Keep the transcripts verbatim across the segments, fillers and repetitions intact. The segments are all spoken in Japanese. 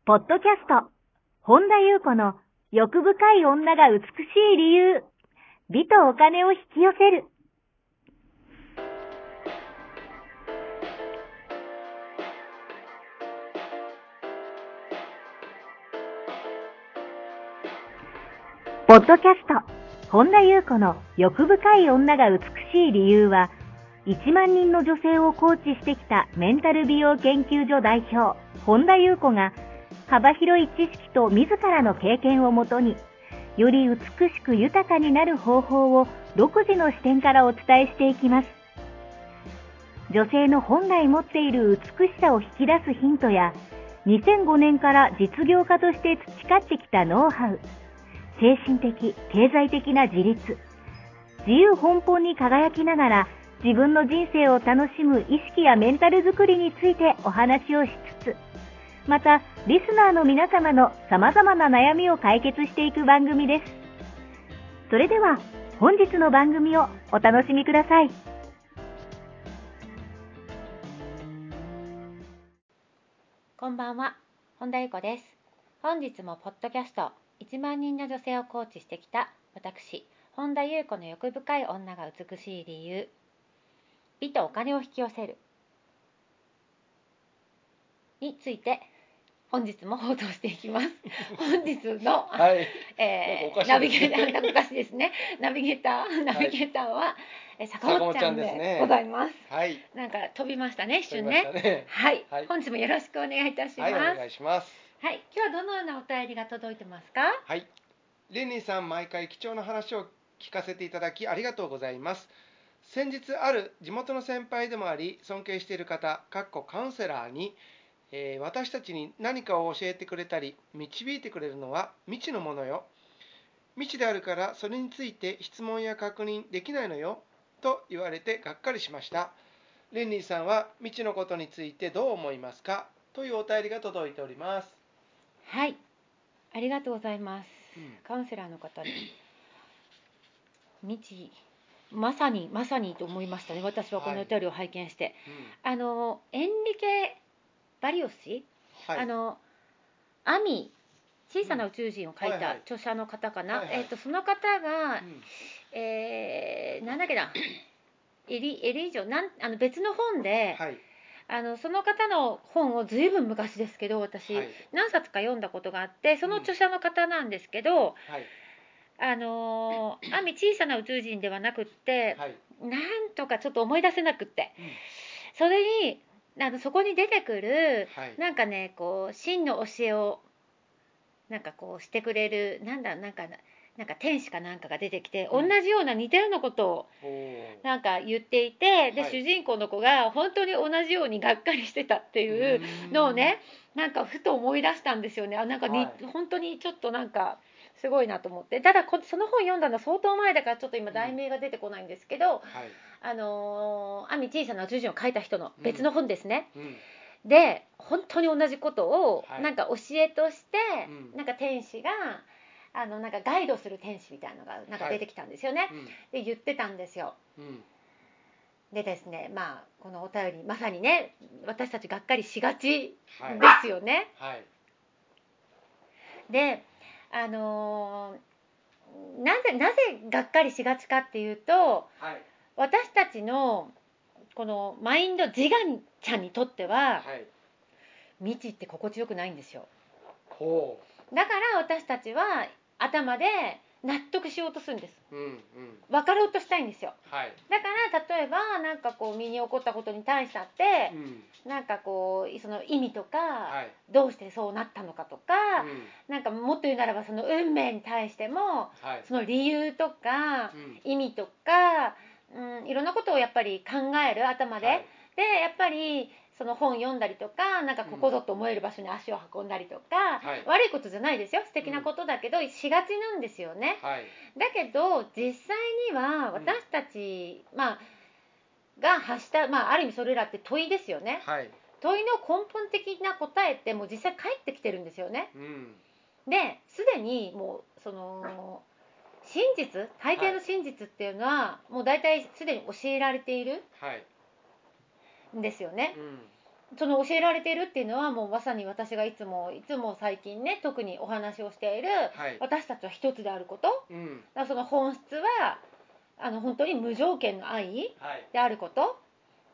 ポッドキャスト、本田裕子の欲深い女が美しい理由、美とお金を引き寄せる。ポッドキャスト、本田裕子の欲深い女が美しい理由は、いちまんにんの女性をコーチしてきたメンタル美容研究所代表、本田裕子が、幅広い知識と自らの経験をもとに、より美しく豊かになる方法を独自の視点からお伝えしていきます。女性の本来持っている美しさを引き出すヒントや、にせんごねんから実業家として培ってきたノウハウ、精神的、経済的な自立、自由奔放に輝きながら自分の人生を楽しむ意識やメンタルづくりについてお話をしつつ、またリスナーの皆様の様々な悩みを解決していく番組です。それでは本日の番組をお楽しみください。 こんばんは、本田裕子です。本日もポッドキャストいちまんにんの女性をコーチしてきた私、本田裕子の欲深い女が美しい理由、美とお金を引き寄せるについて本日も報道していきます。本日の、 はいえー、ナビゲーター、なんかおかしいですね。ナビゲーター、ナビゲーターは、はい、坂本ちゃんでございます。 はい。 なんか飛びましたね、一瞬ね。 ね。はい、 はい。 本日もよろしくお願いいたします。 はい、お願いします。 はい、今日はどのようなお便りが届いてますか？ はい。レンリーさん、毎回貴重な話を聞かせていただきありがとうございます。先日ある地元の先輩でもあり尊敬している方、かっこカウンセラーに、えー、私たちに何かを教えてくれたり導いてくれるのは未知のものよ。未知であるからそれについて質問や確認できないのよと言われてがっかりしました。レンリーさんは未知のことについてどう思いますかというお便りが届いております。 はい、ありがとうございます。 うん、 カウンセラーの方に未知、まさにまさにと思いましたね。私はこのお便りを拝見して、はい、うん、あのエンリケ・バリオス氏、はい、あのアミ小さな宇宙人を書いた著者の方かな、はいはい、えー、とその方が、うん、えー、なんだっけなエリエリ以上なんあの別の本で、はい、あのその方の本をずいぶん昔ですけど私、はい、何冊か読んだことがあって、その著者の方なんですけど、うん、はい、あのアミ小さな宇宙人ではなくって、はい、なんとかちょっと思い出せなくって、うん、それにあのそこに出てくる、はい、なんかねこう真の教えをなんかこうしてくれるなんだなんかなんか天使かなんかが出てきて、うん、同じような似たようなことをなんか言っていて、で、はい、主人公の子が本当に同じようにがっかりしてたっていうのをね、なんかふと思い出したんですよね。あなんかに、はい、本当にちょっとなんかすごいなと思って、ただこその本読んだの相当前だからちょっと今題名が出てこないんですけど、うん、はい、あのー、アミ小さな宇宙人を書いた人の別の本ですね、うんうん、で本当に同じことをなんか教えとして、はい、なんか天使があのなんかガイドする天使みたいなのがなんか出てきたんですよね、はい、うん、で言ってたんですよ、うん、でですね、まあこのお便りまさにね私たちがっかりしがちですよね、はいはい、であのー、なぜなぜがっかりしがちかっていうと、はい、私たちのこのマインド自我ちゃんにとっては、はい、未知って心地よくないんですよ。ほう。だから私たちは頭で納得しようとするんです、うんうん、分かろうとしたいんですよ、はい、だから例えばなんかこう身に起こったことに対してって、うん、なんかこうその意味とか、はい、どうしてそうなったのかとか、うん、なんかもっと言うならばその運命に対しても、はい、その理由とか、うん、意味とか、うん、いろんなことをやっぱり考える頭で、はい、でやっぱりその本読んだりとか、なんかここぞと思える場所に足を運んだりとか、うん、はい、悪いことじゃないですよ、素敵なことだけど、うん、しがちなんですよね、はい、だけど実際には私たち、うん、まあ、が発した、まあ、ある意味それらって問いですよね、はい、問いの根本的な答えってもう実際返ってきてるんですよね、うん、ですでにもうその真実、大抵の真実っていうのは、はい、もう大体すでに教えられている、はい、ですよね、うん、 その教えられているっていうのはもうまさに私がいつもいつも最近ね特にお話をしている、 はい、 私たちは一つであること、 うん、 だからその本質はあの本当に無条件の愛であること、はい、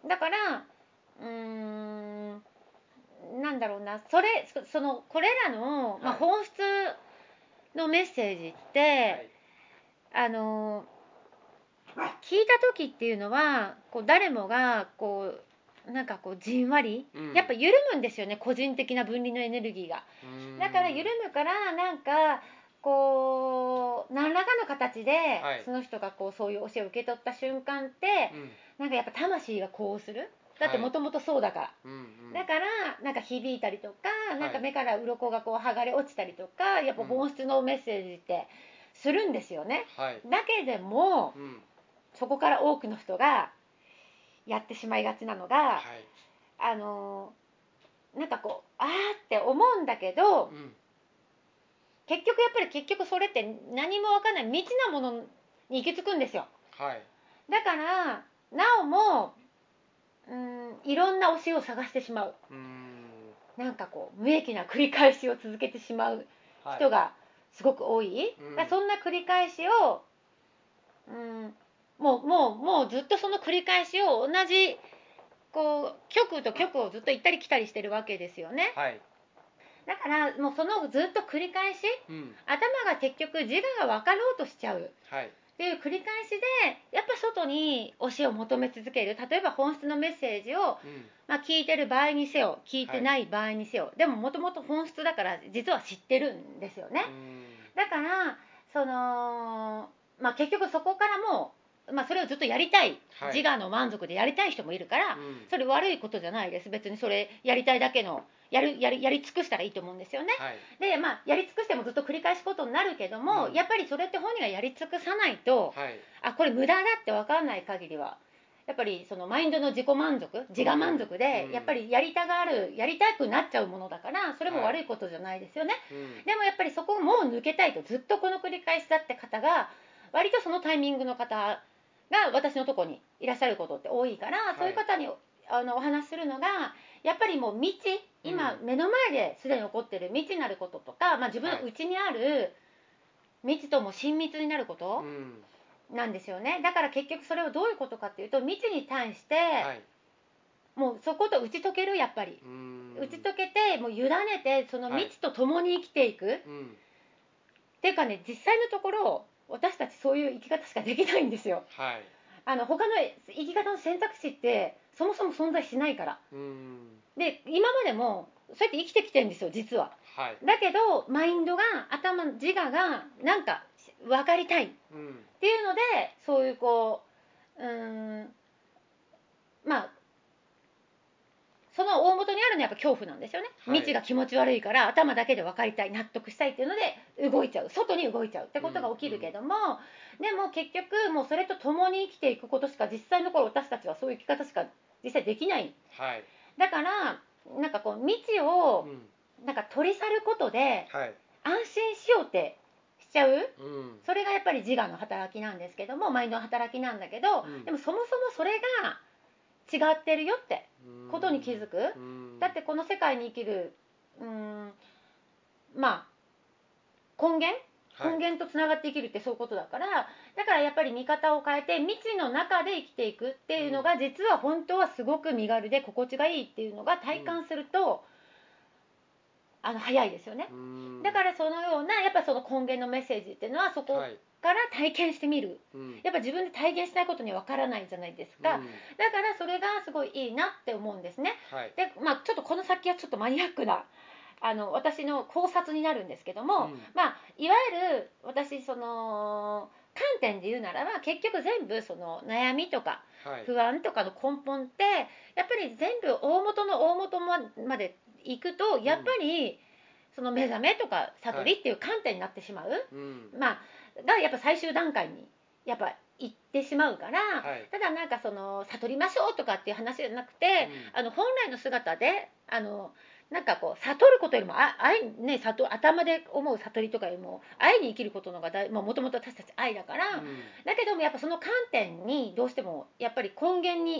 だからうーんなんだろうなそれそのこれらの、はいまあ、本質のメッセージって、はい、あの聞いた時っていうのはこう誰もがこうなんかこうじんわり、うん、やっぱ緩むんですよね、個人的な分離のエネルギーが。だから緩むからなんかこう何らかの形で、はい、その人がこうそういう教えを受け取った瞬間って、うん、なんかやっぱ魂がこうする。だってもともとそうだから、はいうんうん、だからなんか響いたりとか、なんか目から鱗がこう剥がれ落ちたりとか、やっぱ本質のメッセージってするんですよね、はい、だけでも、うん、そこから多くの人がやってしまいがちなのが、はい、あのなんかこうあーって思うんだけど、うん、結局やっぱり結局それって何も分かんない未知なものに行き着くんですよ、はい、だからなおもうんいろんな教えを探してしまう、うーんなんかこう無益な繰り返しを続けてしまう人がすごく多い、はい、だそんな繰り返しをうんもうもうもうずっとその繰り返しを同じこう局と局をずっと行ったり来たりしてるわけですよね、はい、だからもうそのずっと繰り返し、うん、頭が結局自我が分かろうとしちゃう、はい、っていう繰り返しでやっぱ外に教えを求め続ける。例えば本質のメッセージを、うんまあ、聞いてる場合にせよ聞いてない場合にせよ、はい、でももともと本質だから実は知ってるんですよね。だからその、まあ、結局そこからもう、まあ、それをずっとやりたい、はい、自我の満足でやりたい人もいるから、うん、それ悪いことじゃないです。別にそれやりたいだけのやるやりやり尽くしたらいいと思うんですよね、はい、でまあやり尽くしてもずっと繰り返すことになるけども、うん、やっぱりそれって本人がやり尽くさないと、はい、あこれ無駄だって分かんない限りはやっぱりそのマインドの自己満足自我満足で、うん、やっぱりやりたがるやりたくなっちゃうものだからそれも悪いことじゃないですよね、はいうん、でもやっぱりそこをもう抜けたいとずっとこの繰り返しだって方が割とそのタイミングの方が私のところにいらっしゃることって多いから、はい、そういう方にあのお話しするのがやっぱりもう未知今目の前ですでに起こっている未知なることとか、まあ、自分の内にある未知とも親密になることなんですよね。だから結局それはどういうことかっていうと未知に対して、はい、もうそこと打ち解けるやっぱり打ち解けてもう委ねてその未知と共に生きていく、はいうん、っていうかね実際のところ私たちそういう生き方しかできないんですよ、はい、あの他の生き方の選択肢ってそもそも存在しないから。うんで今までもそうやって生きてきてるんですよ実は、はい、だけどマインドが頭自我がなんか分かりたいっていうので、うん、そういうこううーんまあその大元にあるのはやっぱ恐怖なんですよね、はい、未知が気持ち悪いから頭だけで分かりたい納得したいっていうので動いちゃう外に動いちゃうってことが起きるけども、うんうん、でも結局もうそれと共に生きていくことしか実際の頃私たちはそういう生き方しか実際できない、はい、だからなんかこう未知をなんか取り去ることで安心しようってしちゃう、うん、それがやっぱり自我の働きなんですけどもマインドの働きなんだけど、うん、でもそもそもそれが違ってるよってことに気づく。だってこの世界に生きるうーんまあ根源根源とつながって生きるってそういうことだから、だからやっぱり見方を変えて未知の中で生きていくっていうのが実は本当はすごく身軽で心地がいいっていうのが体感すると、うん、あの早いですよね。だからそのようなやっぱその根源のメッセージっていうのはそこから体験してみる、はい、やっぱ自分で体験しないことには分からないじゃないですか、うん、だからそれがすごいいいなって思うんですね、はい、でまあちょっとこの先はちょっとマニアックなあの私の考察になるんですけども、うん、まあいわゆる私その観点で言うならば結局全部その悩みとか不安とかの根本ってやっぱり全部大元の大元まで行くとやっぱりその目覚めとか悟りっていう観点になってしまう、はいうん、まあがやっぱ最終段階にやっぱ行ってしまうから、はい、ただなんかその悟りましょうとかっていう話じゃなくて、うん、あの本来の姿であのなんかこう悟ることよりもあ愛、ね、悟頭で思う悟りとかよりも愛に生きることのがもともと私たち愛だから、うん、だけどもやっぱその観点にどうしてもやっぱり根源に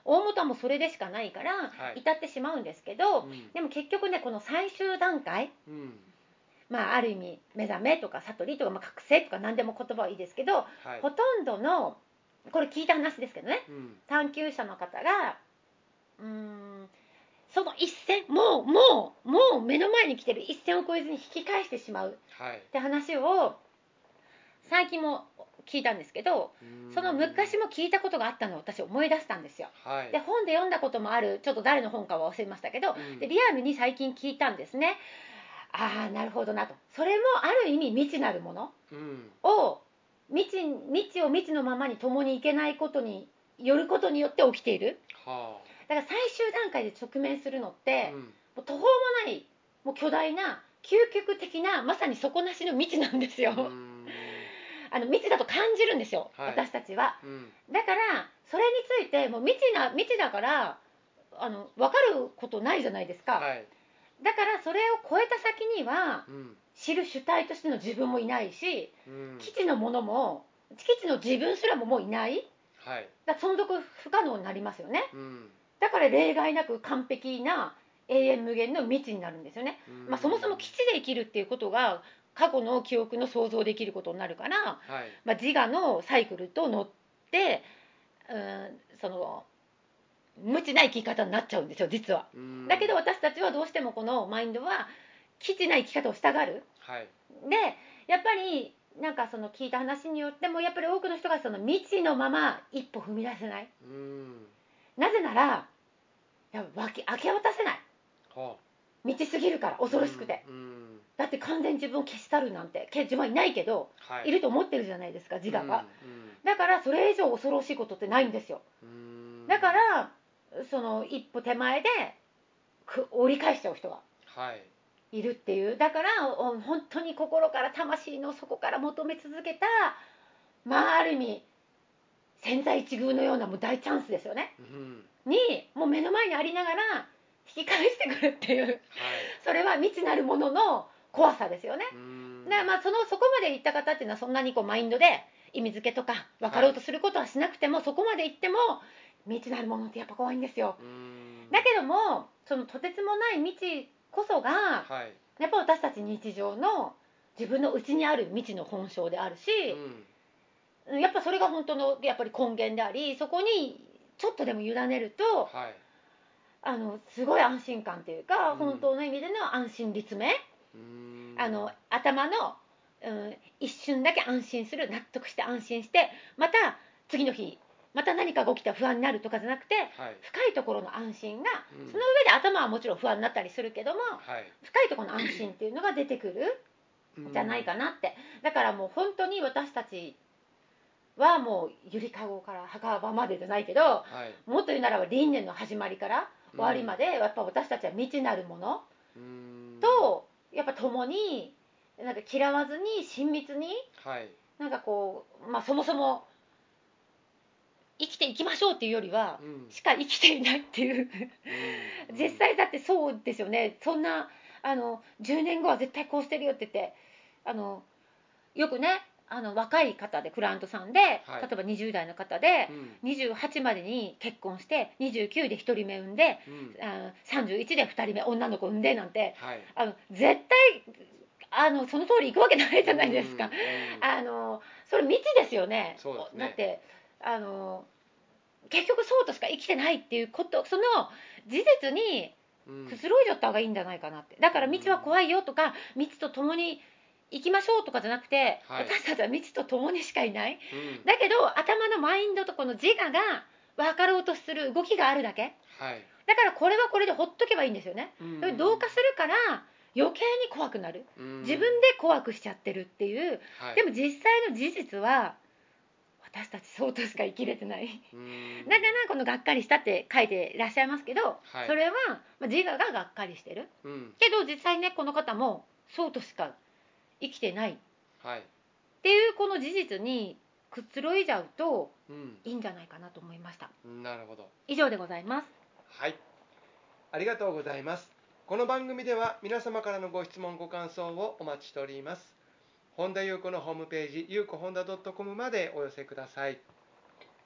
大元はもうそれでしかないからはい至ってしまうんですけど、 うんでも結局ねこの最終段階、 うんまあある意味目覚めとか悟りとか、まあ、覚醒とか何でも言葉はいいですけど、 はいほとんどのこれ聞いた話ですけどね、 うん探求者の方がうーんその一線もうもうもう目の前に来てる一線を越えずに引き返してしまうはいって話を最近も聞いたんですけど、その昔も聞いたことがあったのを私思い出したんですよ。 はいで本で読んだこともある、ちょっと誰の本かは忘れましたけど、 うんでリアルに最近聞いたんですね。ああなるほどなと。それもある意味未知なるものうんを未知未知を未知のままに共にいけないことによることによって起きている。 はだから最終段階で直面するのって、 あうんもう途方もないもう巨大な究極的なまさに底なしの未知なんですよ。 うーんあの未知だと感じるんですよ、 はい私たちは。 うんだからそれについてもう未知な未知だからあの分かることないじゃないですか、 はいだからそれを超えた先にはうん知る主体としての自分もいないし、 うん基地のものも基地の自分すらももういない。 はいだから存続不可能になりますよね。 うんだから例外なく完璧な永遠無限の未知になるんですよね。 うんまあ、そもそも基地で生きるっていうことが過去の記憶の想像できることになるから、 はいまあ、自我のサイクルと乗ってうんその無知な生き方になっちゃうんですよ実は。 うんだけど私たちはどうしてもこのマインドは基地な生き方をしたがる。 はいでやっぱりなんかその聞いた話によってもやっぱり多くの人がその未知のまま一歩踏み出せない。 うんなぜならいやわき明け渡せない。 は未知すぎるからあ恐ろしくて、 うんだって完全に自分を消し去るなんてけ自分はいないけど、 はいいると思ってるじゃないですか自我が、 うんだからそれ以上恐ろしいことってないんですよ。 うんだからその一歩手前でく折り返しちゃう人がはいいるっていう。だからお本当に心から魂の底から求め続けた、まあある意味千載一遇のようなもう大チャンスですよね、 うんにもう目の前にありながら引き返してくるっていう、 はいそれは未知なるものの怖さですよね。 うんだからまあそのそこまで行った方っていうのはそんなにこうマインドで意味付けとか分かろうとすることはしなくても、そこまで行っても未知なるものってやっぱ怖いんですよ。 うんだけどもそのとてつもない未知こそがはいやっぱ私たち日常の自分の内にある未知の本性であるし、 うんやっぱそれが本当のやっぱり根源であり、そこにちょっとでも委ねるとはいあのすごい安心感というか、 うん本当の意味での安心立命、 うんあの頭の、うん、一瞬だけ安心する、納得して安心して、また次の日また何かが起きたら不安になるとかじゃなくて、 はい深いところの安心が、 うんその上で頭はもちろん不安になったりするけども、 はい深いところの安心っていうのが出てくるんじゃないかなって。だからもう本当に私たちはもうゆりかごから墓場までじゃないけど、 はいもっと言うならば輪廻の始まりから終わりまで、やっぱ私たちは未知なるものうんとやっぱ共になんか嫌わずに親密に、 はいなんかこう、まあ、そもそも生きていきましょうっていうよりは、 うんしか生きていないっていううん実際だってそうですよね。そんなあのじゅうねんごは絶対こうしてるよって言って、あのよくねあの若い方でクライアントさんで、 はい例えばにじゅう代の方で、 うんにじゅうはちまでに結婚してにじゅうきゅうでひとりめ産んで、 うんあさんじゅういちでふたりめ女の子産んでなんて、 はいあの絶対あのその通り行くわけないじゃないですか、 うんうんあのそれ未知ですよね。 そうですねだってあの結局そうとしか生きてないっていうこと、その事実にうんくつろいじゃった方がいいんじゃないかなって。だから未知は怖いよとか未知と共に行きましょうとかじゃなくて、 はい私たちは未知と共にしかいない。 うんだけど頭のマインドとこの自我が分かろうとする動きがあるだけはいだから、これはこれでほっとけばいいんですよね。 うんそれ同化するから余計に怖くなる、 うん自分で怖くしちゃってるっていう、 はいでも実際の事実は私たちそうとしか生きれてない。 うんだからこのがっかりしたって書いていらっしゃいますけど、 はいそれはまあ自我ががっかりしてるうんけど、実際ねこの方もそうとしか生きてないっはいていうこの事実にくつろいじゃうとうんいいんじゃないかなと思いました。 なるほど。 以上でございます。 はい、ありがとうございます。この番組では皆様からのご質問ご感想をお待ちしております。本田裕子のホームページ、ゆうこ本田 .com までお寄せください。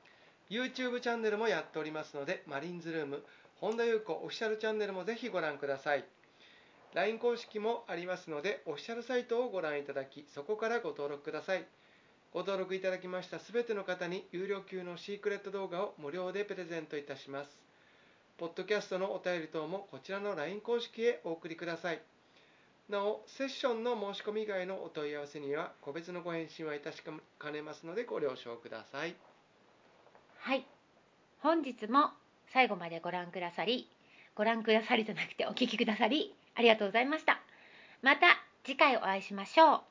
YouTube チャンネルもやっておりますので、マリンズルーム、本田裕子オフィシャルチャンネルもぜひご覧ください。ライン 公式もありますので、オフィシャルサイトをご覧いただき、そこからご登録ください。ご登録いただきましたすべての方に有料級のシークレット動画を無料でプレゼントいたします。ポッドキャストのお便り等もこちらの ライン 公式へお送りください。なお、セッションの申し込み以外のお問い合わせには個別のご返信はいたしかねますのでご了承ください。 はい、本日も最後までご覧くださり、ご覧くださりじゃなくてお聞きくださりありがとうございました。また次回お会いしましょう。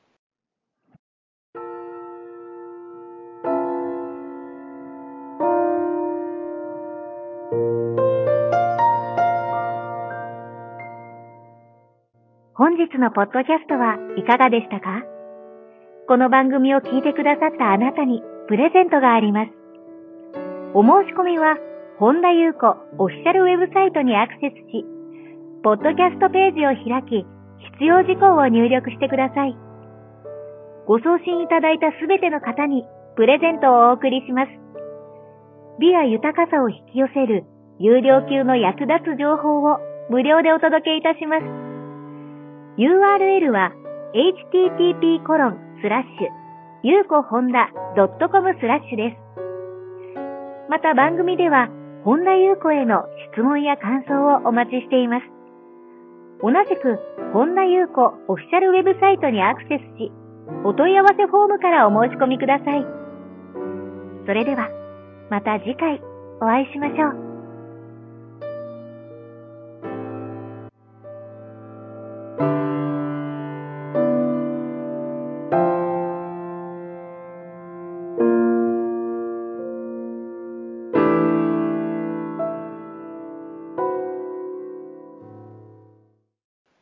本日のポッドキャストはいかがでしたか？この番組を聞いてくださったあなたにプレゼントがあります。お申し込みは本田裕子オフィシャルウェブサイトにアクセスし、ポッドキャストページを開き、必要事項を入力してください。ご送信いただいたすべての方にプレゼントをお送りします。美や豊かさを引き寄せる有料級の役立つ情報を無料でお届けいたします。ユーアールエル は エイチティーティーピーコロンスラッシュゆうこほんだドットコムスラッシュです。また番組では本田裕子への質問や感想をお待ちしています。同じく本田裕子オフィシャルウェブサイトにアクセスし、お問い合わせフォームからお申し込みください。それではまた次回お会いしましょう。